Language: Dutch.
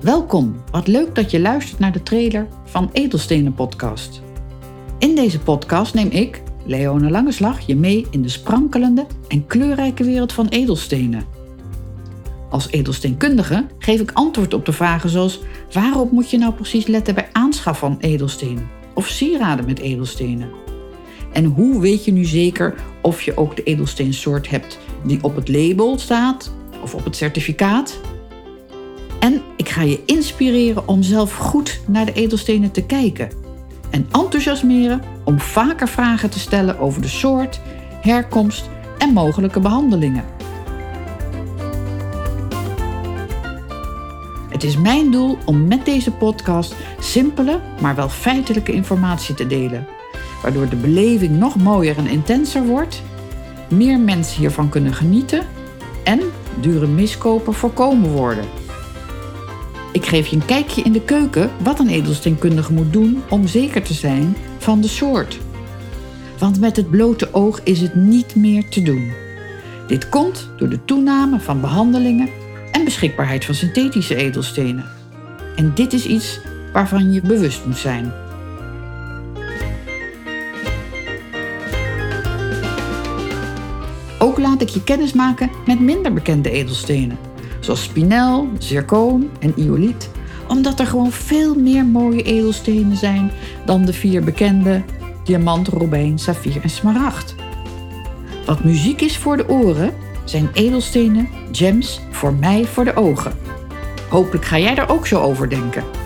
Welkom, wat leuk dat je luistert naar de trailer van Edelstenen Podcast. In deze podcast neem ik, Leone Langeslag, je mee in de sprankelende en kleurrijke wereld van edelstenen. Als edelsteenkundige geef ik antwoord op de vragen zoals: waarop moet je nou precies letten bij aanschaf van edelstenen of sieraden met edelstenen? En hoe weet je nu zeker of je ook de edelsteensoort hebt die op het label staat of op het certificaat? En ik ga je inspireren om zelf goed naar de edelstenen te kijken. En enthousiasmeren om vaker vragen te stellen over de soort, herkomst en mogelijke behandelingen. Het is mijn doel om met deze podcast simpele, maar wel feitelijke informatie te delen, waardoor de beleving nog mooier en intenser wordt, meer mensen hiervan kunnen genieten en dure miskopen voorkomen worden. Ik geef je een kijkje in de keuken wat een edelsteenkundige moet doen om zeker te zijn van de soort. Want met het blote oog is het niet meer te doen. Dit komt door de toename van behandelingen en beschikbaarheid van synthetische edelstenen. En dit is iets waarvan je bewust moet zijn. Ook laat ik je kennis maken met minder bekende edelstenen, zoals spinel, zircoon en ioliet, omdat er gewoon veel meer mooie edelstenen zijn dan de 4 bekende: diamant, robijn, saffier en smaragd. Wat muziek is voor de oren, zijn edelstenen gems voor mij voor de ogen. Hopelijk ga jij daar ook zo over denken.